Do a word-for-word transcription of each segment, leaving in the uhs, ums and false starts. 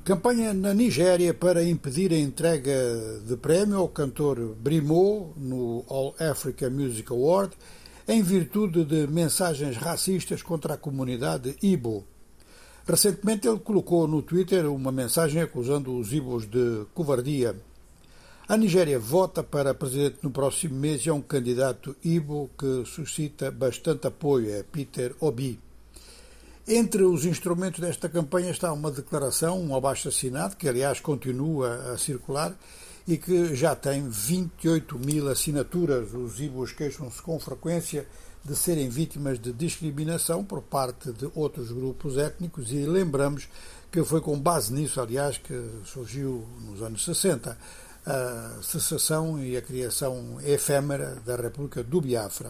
Campanha na Nigéria para impedir a entrega de prémio ao cantor Brimo no All Africa Music Award em virtude de mensagens racistas contra a comunidade Igbo. Recentemente ele colocou no Twitter uma mensagem acusando os Igbos de covardia. A Nigéria vota para presidente no próximo mês e é um candidato Igbo que suscita bastante apoio, é Peter Obi. Entre os instrumentos desta campanha está uma declaração, um abaixo-assinado, que aliás continua a circular e que já tem vinte e oito mil assinaturas. Os Igbos queixam-se com frequência de serem vítimas de discriminação por parte de outros grupos étnicos e lembramos que foi com base nisso, aliás, que surgiu nos anos sessenta a secessão e a criação efêmera da República do Biafra.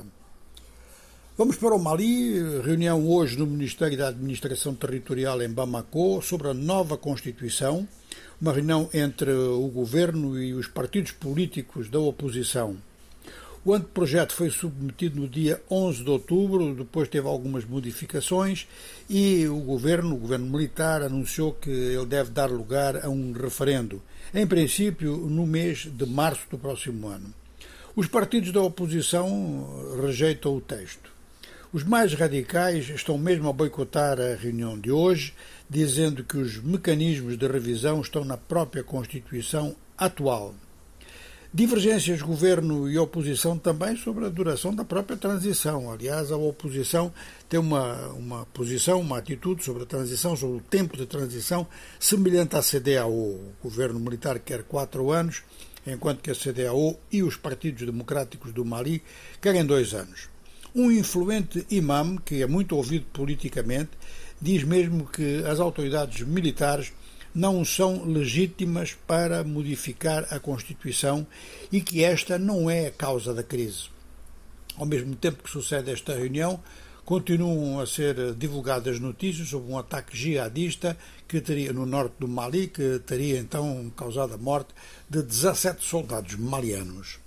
Vamos para o Mali, reunião hoje no Ministério da Administração Territorial em Bamako sobre a nova Constituição, uma reunião entre o Governo e os partidos políticos da oposição. O anteprojeto foi submetido no dia onze de outubro, depois teve algumas modificações e o Governo, o Governo Militar, anunciou que ele deve dar lugar a um referendo, em princípio no mês de março do próximo ano. Os partidos da oposição rejeitam o texto. Os mais radicais estão mesmo a boicotar a reunião de hoje, dizendo que os mecanismos de revisão estão na própria Constituição atual. Divergências governo e oposição também sobre a duração da própria transição. Aliás, a oposição tem uma, uma posição, uma atitude sobre a transição, sobre o tempo de transição, semelhante à C D A O. O governo militar quer quatro anos, enquanto que a C D A O e os partidos democráticos do Mali querem dois anos. Um influente imam, que é muito ouvido politicamente, diz mesmo que as autoridades militares não são legítimas para modificar a Constituição e que esta não é a causa da crise. Ao mesmo tempo que sucede esta reunião, continuam a ser divulgadas notícias sobre um ataque jihadista que teria no norte do Mali, que teria então causado a morte de dezassete soldados malianos.